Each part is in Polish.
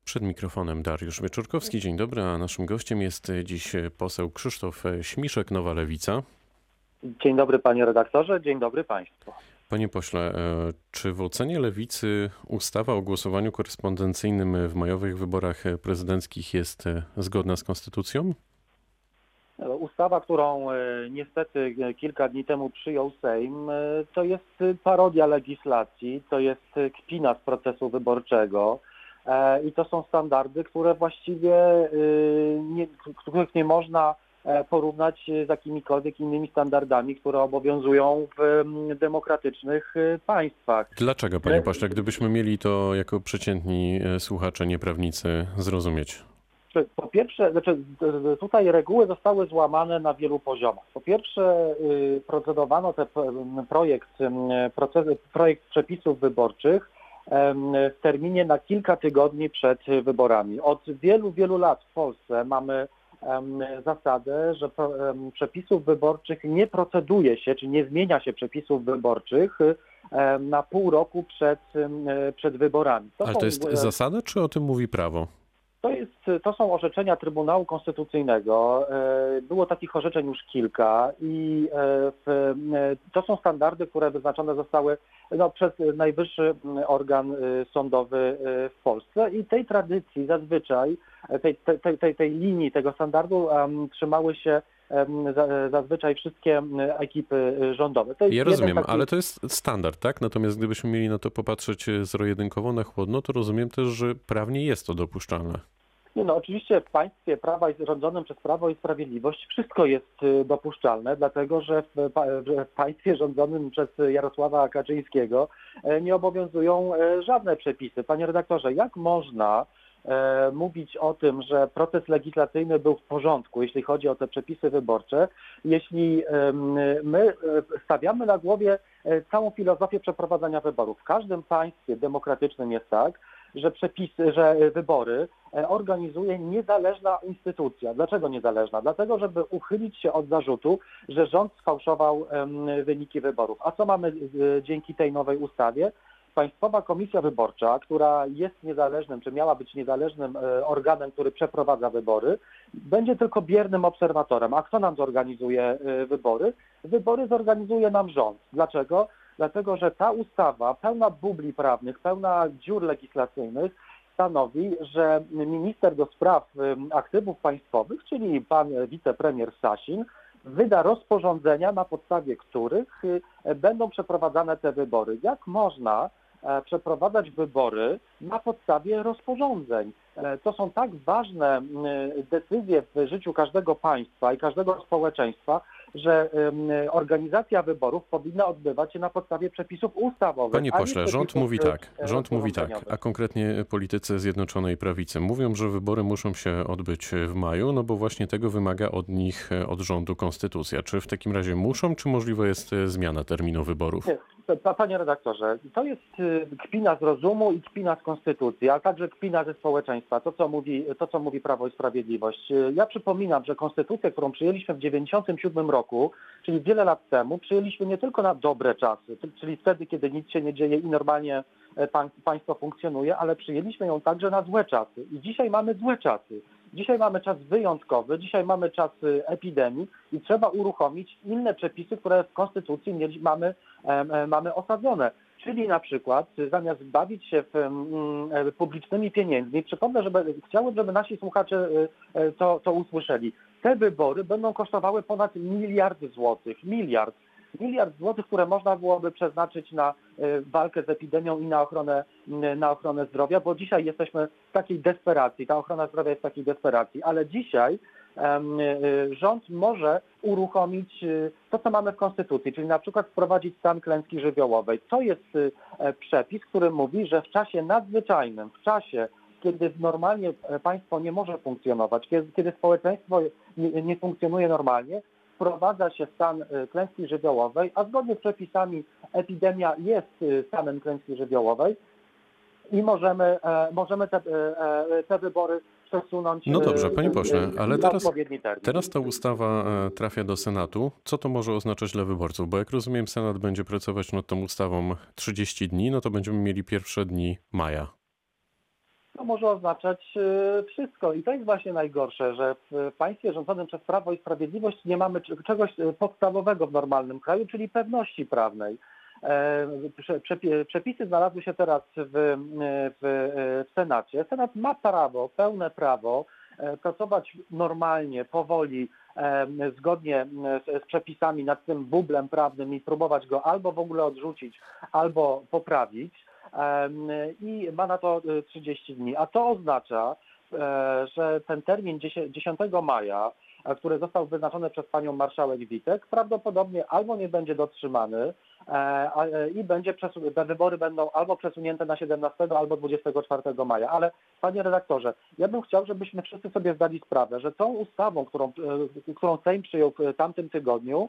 Przed mikrofonem Dariusz Wieczorkowski. Dzień dobry, a naszym gościem jest dziś poseł Krzysztof Śmiszek, Nowa Lewica. Dzień dobry panie redaktorze, dzień dobry państwu. Panie pośle, czy w ocenie Lewicy ustawa o głosowaniu korespondencyjnym w majowych wyborach prezydenckich jest zgodna z konstytucją? Ustawa, którą niestety kilka dni temu przyjął Sejm, to jest parodia legislacji, to jest kpina z procesu wyborczego i to są standardy, które właściwie których nie można porównać z jakimikolwiek innymi standardami, które obowiązują w demokratycznych państwach. Dlaczego, panie pośle, gdybyśmy mieli to jako przeciętni słuchacze, nieprawnicy zrozumieć? Po pierwsze, tutaj reguły zostały złamane na wielu poziomach. Po pierwsze, procedowano ten projekt przepisów wyborczych w terminie na kilka tygodni przed wyborami. Od wielu, wielu lat w Polsce mamy zasadę, że przepisów wyborczych nie proceduje się, czy nie zmienia się przepisów wyborczych na pół roku przed wyborami. Ale to jest zasada, czy o tym mówi prawo? To są orzeczenia Trybunału Konstytucyjnego. Było takich orzeczeń już kilka i to są standardy, które wyznaczone zostały przez najwyższy organ sądowy w Polsce i tej tradycji zazwyczaj, tej linii, tego standardu trzymały się zazwyczaj wszystkie ekipy rządowe. Ja rozumiem, ale to jest standard, tak? Natomiast gdybyśmy mieli na to popatrzeć zero-jedynkowo na chłodno, to rozumiem też, że prawnie jest to dopuszczalne. Oczywiście w państwie rządzonym przez Prawo i Sprawiedliwość wszystko jest dopuszczalne, dlatego że w państwie rządzonym przez Jarosława Kaczyńskiego nie obowiązują żadne przepisy. Panie redaktorze, jak można mówić o tym, że proces legislacyjny był w porządku, jeśli chodzi o te przepisy wyborcze, jeśli my stawiamy na głowie całą filozofię przeprowadzania wyborów. W każdym państwie demokratycznym jest tak, że wybory organizuje niezależna instytucja. Dlaczego niezależna? Dlatego, żeby uchylić się od zarzutu, że rząd sfałszował wyniki wyborów. A co mamy dzięki tej nowej ustawie? Państwowa Komisja Wyborcza, która jest niezależnym, czy miała być niezależnym organem, który przeprowadza wybory, będzie tylko biernym obserwatorem. A kto nam zorganizuje wybory? Wybory zorganizuje nam rząd. Dlaczego? Dlatego, że ta ustawa, pełna bubli prawnych, pełna dziur legislacyjnych, stanowi, że minister do spraw aktywów państwowych, czyli pan wicepremier Sasin, wyda rozporządzenia, na podstawie których będą przeprowadzane te wybory. Jak można przeprowadzać wybory na podstawie rozporządzeń? To są tak ważne decyzje w życiu każdego państwa i każdego społeczeństwa, że organizacja wyborów powinna odbywać się na podstawie przepisów ustawowych. Panie pośle, rząd mówi tak, a konkretnie politycy Zjednoczonej Prawicy mówią, że wybory muszą się odbyć w maju, no bo właśnie tego wymaga od nich, od rządu konstytucja. Czy w takim razie muszą, czy możliwa jest zmiana terminu wyborów? Panie redaktorze, to jest kpina z rozumu i kpina z konstytucji, a także kpina ze społeczeństwa, to co mówi Prawo i Sprawiedliwość. Ja przypominam, że konstytucję, którą przyjęliśmy w 1997 roku, czyli wiele lat temu, przyjęliśmy nie tylko na dobre czasy, czyli wtedy, kiedy nic się nie dzieje i normalnie państwo funkcjonuje, ale przyjęliśmy ją także na złe czasy. I dzisiaj mamy złe czasy. Dzisiaj mamy czas wyjątkowy, dzisiaj mamy czas epidemii i trzeba uruchomić inne przepisy, które w Konstytucji mamy osadzone. Czyli na przykład zamiast bawić się publicznymi pieniędzmi, chciałbym, żeby nasi słuchacze to usłyszeli. Te wybory będą kosztowały ponad miliard złotych. Miliard złotych, które można byłoby przeznaczyć na walkę z epidemią i na ochronę zdrowia, bo dzisiaj jesteśmy w takiej desperacji, ta ochrona zdrowia jest w takiej desperacji, ale dzisiaj rząd może uruchomić to, co mamy w Konstytucji, czyli na przykład wprowadzić stan klęski żywiołowej. To jest przepis, który mówi, że w czasie nadzwyczajnym, w czasie, kiedy normalnie państwo nie może funkcjonować, kiedy społeczeństwo nie funkcjonuje normalnie, wprowadza się stan klęski żywiołowej, a zgodnie z przepisami epidemia jest stanem klęski żywiołowej i możemy te wybory przesunąć. No dobrze, panie pośle, ale teraz ta termin. ustawa trafia do Senatu. Co to może oznaczać dla wyborców? Bo jak rozumiem, Senat będzie pracować nad tą ustawą 30 dni, no to będziemy mieli pierwsze dni maja. To może oznaczać wszystko i to jest właśnie najgorsze, że w państwie rządzonym przez Prawo i Sprawiedliwość nie mamy czegoś podstawowego w normalnym kraju, czyli pewności prawnej. Przepisy znalazły się teraz w Senacie. Senat ma prawo, pełne prawo pracować normalnie, powoli, zgodnie z przepisami nad tym bublem prawnym i próbować go albo w ogóle odrzucić, albo poprawić. I ma na to 30 dni. A to oznacza, że ten termin 10 maja, który został wyznaczony przez panią marszałek Witek, prawdopodobnie albo nie będzie dotrzymany i te wybory będą albo przesunięte na 17 albo 24 maja. Ale panie redaktorze, ja bym chciał, żebyśmy wszyscy sobie zdali sprawę, że tą ustawą, którą Sejm przyjął w tamtym tygodniu,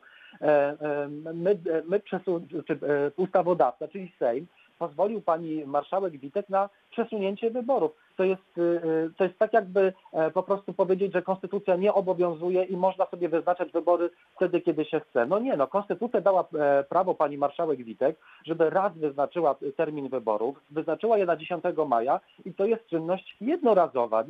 ustawodawca, czyli Sejm, pozwolił pani marszałek Witek na przesunięcie wyborów. To jest tak jakby po prostu powiedzieć, że konstytucja nie obowiązuje i można sobie wyznaczać wybory wtedy, kiedy się chce. No nie, konstytucja dała prawo pani marszałek Witek, żeby raz wyznaczyła termin wyborów, wyznaczyła je na 10 maja i to jest czynność jednorazowa.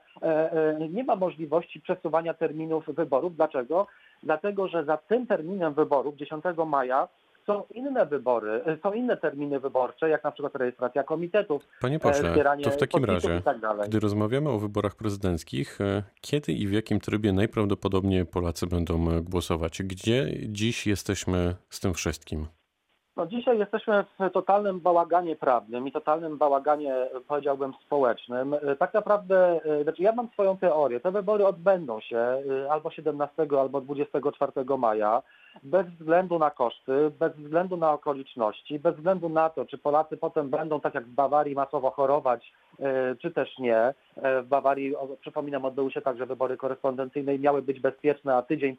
Nie ma możliwości przesuwania terminów wyborów. Dlaczego? Dlatego, że za tym terminem wyborów 10 maja są inne wybory, są inne terminy wyborcze, jak na przykład rejestracja komitetów, Panie pośle, to w takim razie, i tak dalej. gdy rozmawiamy o wyborach prezydenckich, kiedy i w jakim trybie najprawdopodobniej Polacy będą głosować? Gdzie dziś jesteśmy z tym wszystkim? No dzisiaj jesteśmy w totalnym bałaganie prawnym i totalnym bałaganie, powiedziałbym, społecznym. Tak naprawdę, ja mam swoją teorię. Te wybory odbędą się albo 17, albo 24 maja, bez względu na koszty, bez względu na okoliczności, bez względu na to, czy Polacy potem będą, tak jak w Bawarii, masowo chorować, czy też nie. W Bawarii, przypominam, odbyły się także wybory korespondencyjne i miały być bezpieczne, a tydzień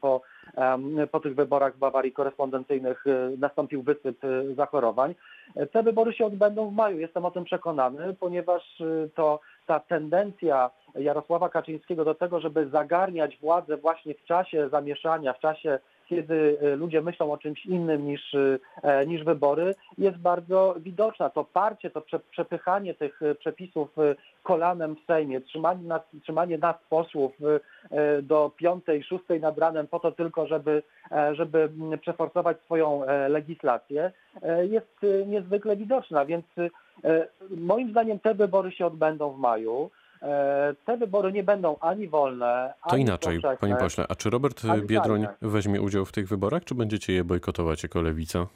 po tych wyborach w Bawarii korespondencyjnych nastąpił wysyp zachorowań. Te wybory się odbędą w maju, jestem o tym przekonany, ponieważ ta tendencja Jarosława Kaczyńskiego do tego, żeby zagarniać władzę właśnie w czasie zamieszania, w czasie, kiedy ludzie myślą o czymś innym niż wybory, jest bardzo widoczna. To parcie, to przepychanie tych przepisów kolanem w Sejmie, trzymanie nas posłów do 5., 6. nad ranem po to tylko, żeby przeforsować swoją legislację, jest niezwykle widoczna. Więc moim zdaniem te wybory się odbędą w maju. Te wybory nie będą ani wolne, to ani inaczej, powszechne, panie pośle. A czy Robert Biedroń tajne. weźmie udział w tych wyborach, czy będziecie je bojkotować jako Lewica?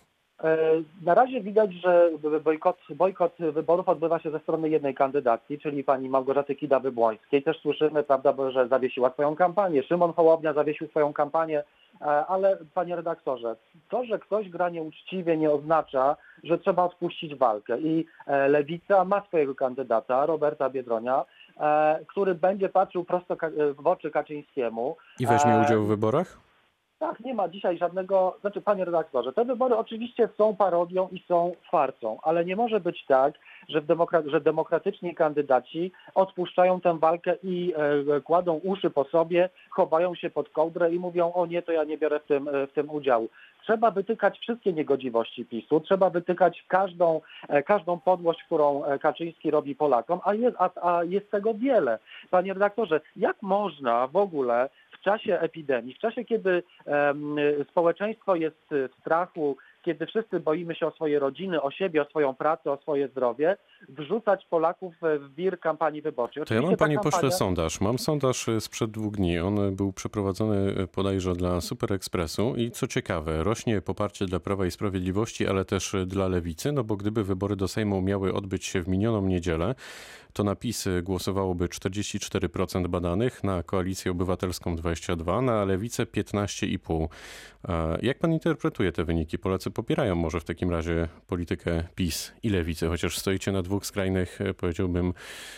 Na razie widać, że bojkot wyborów odbywa się ze strony jednej kandydacji, czyli pani Małgorzaty Kidawy-Błońskiej. Też słyszymy, prawda, że zawiesiła swoją kampanię. Szymon Hołownia zawiesił swoją kampanię, ale panie redaktorze, to, że ktoś gra nieuczciwie, nie oznacza, że trzeba odpuścić walkę. I Lewica ma swojego kandydata, Roberta Biedronia, który będzie patrzył prosto w oczy Kaczyńskiemu. I weźmie udział w wyborach? Tak, nie ma dzisiaj żadnego, panie redaktorze, te wybory oczywiście są parodią i są farsą, ale nie może być tak, że demokratyczni kandydaci odpuszczają tę walkę i kładą uszy po sobie, chowają się pod kołdrę i mówią: o nie, to ja nie biorę w tym udziału. Trzeba wytykać wszystkie niegodziwości PiS-u, trzeba wytykać każdą podłość, którą Kaczyński robi Polakom, a jest tego wiele. Panie redaktorze, jak można w ogóle w czasie epidemii, w czasie, kiedy społeczeństwo jest w strachu, kiedy wszyscy boimy się o swoje rodziny, o siebie, o swoją pracę, o swoje zdrowie, wrzucać Polaków w wir kampanii wyborczej. To ja mam, panie pośle, sondaż. Mam sondaż sprzed 2 dni. On był przeprowadzony bodajże dla Super Expressu i co ciekawe, rośnie poparcie dla Prawa i Sprawiedliwości, ale też dla Lewicy, no bo gdyby wybory do Sejmu miały odbyć się w minioną niedzielę, to na PiS głosowałoby 44% badanych, na Koalicję Obywatelską 22%, na Lewicę 15,5%. Jak pan interpretuje te wyniki? Polacy popierają może w takim razie politykę PiS i Lewicy, chociaż stoicie na dwóch skrajnych, powiedziałbym,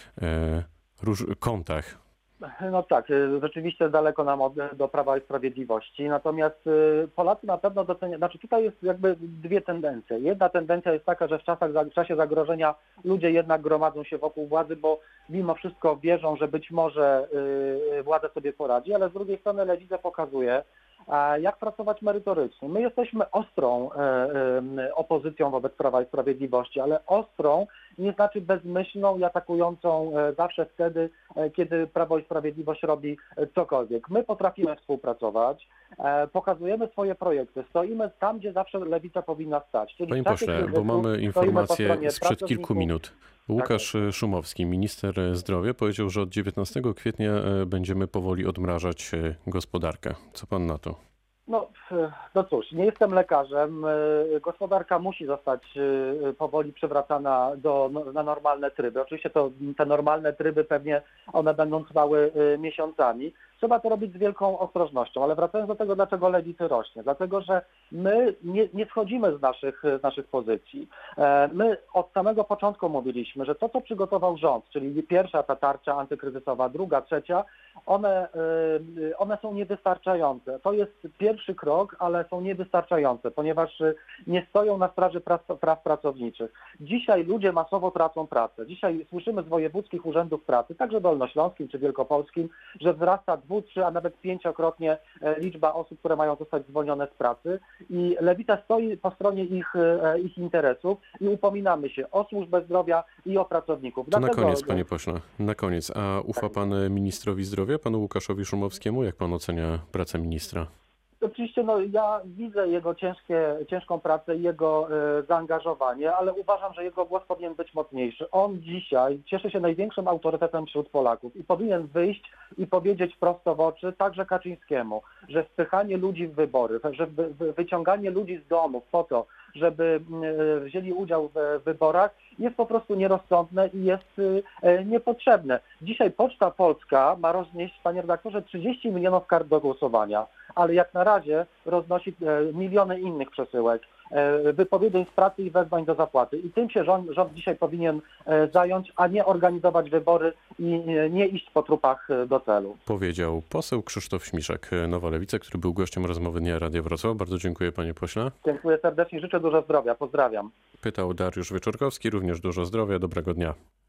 kątach. No tak, rzeczywiście daleko nam do Prawa i Sprawiedliwości, natomiast Polacy na pewno doceniają, tutaj jest jakby dwie tendencje. Jedna tendencja jest taka, że w czasie zagrożenia ludzie jednak gromadzą się wokół władzy, bo mimo wszystko wierzą, że być może władza sobie poradzi, ale z drugiej strony Lewica pokazuje, jak pracować merytorycznie. My jesteśmy ostrą opozycją wobec Prawa i Sprawiedliwości, ale ostrą nie znaczy bezmyślną i atakującą zawsze wtedy, kiedy Prawo i Sprawiedliwość robi cokolwiek. My potrafimy współpracować, pokazujemy swoje projekty, stoimy tam, gdzie zawsze Lewica powinna stać. Czyli Panie pośle, bo mamy informację sprzed kilku minut. Łukasz Szumowski, minister zdrowia, powiedział, że od 19 kwietnia będziemy powoli odmrażać gospodarkę. Co pan na to? No cóż, nie jestem lekarzem. Gospodarka musi zostać powoli przywracana na normalne tryby. Oczywiście te normalne tryby pewnie one będą trwały miesiącami. Trzeba to robić z wielką ostrożnością, ale wracając do tego, dlaczego Lewicy rośnie. Dlatego, że my nie schodzimy z naszych pozycji. My od samego początku mówiliśmy, że to, co przygotował rząd, czyli pierwsza ta tarcza antykryzysowa, druga, trzecia, one są niewystarczające. To jest pierwszy krok, ale są niewystarczające, ponieważ nie stoją na straży praw pracowniczych. Dzisiaj ludzie masowo tracą pracę. Dzisiaj słyszymy z wojewódzkich urzędów pracy, także dolnośląskim czy wielkopolskim, że wzrasta 2, 3, a nawet 5-krotnie liczba osób, które mają zostać zwolnione z pracy i Lewica stoi po stronie ich interesów i upominamy się o służbę zdrowia i o pracowników. To na koniec, panie pośle, na koniec. A ufa pan ministrowi zdrowia, panu Łukaszowi Szumowskiemu? Jak pan ocenia pracę ministra? Oczywiście ja widzę jego ciężką pracę i jego zaangażowanie, ale uważam, że jego głos powinien być mocniejszy. On dzisiaj cieszy się największym autorytetem wśród Polaków i powinien wyjść i powiedzieć prosto w oczy, także Kaczyńskiemu, że wpychanie ludzi w wybory, że wyciąganie ludzi z domów po to, żeby wzięli udział w wyborach, jest po prostu nierozsądne i jest niepotrzebne. Dzisiaj Poczta Polska ma roznieść, panie redaktorze, 30 milionów kart do głosowania, ale jak na razie roznosi miliony innych przesyłek, wypowiedzeń z pracy i wezwań do zapłaty. I tym się rząd dzisiaj powinien zająć, a nie organizować wybory i nie iść po trupach do celu. Powiedział poseł Krzysztof Śmiszek, Nowa Lewica, który był gościem rozmowy Dnia Radia Wrocław. Bardzo dziękuję, panie pośle. Dziękuję serdecznie, życzę dużo zdrowia. Pozdrawiam. Pytał Dariusz Wieczorkowski, również dużo zdrowia, dobrego dnia.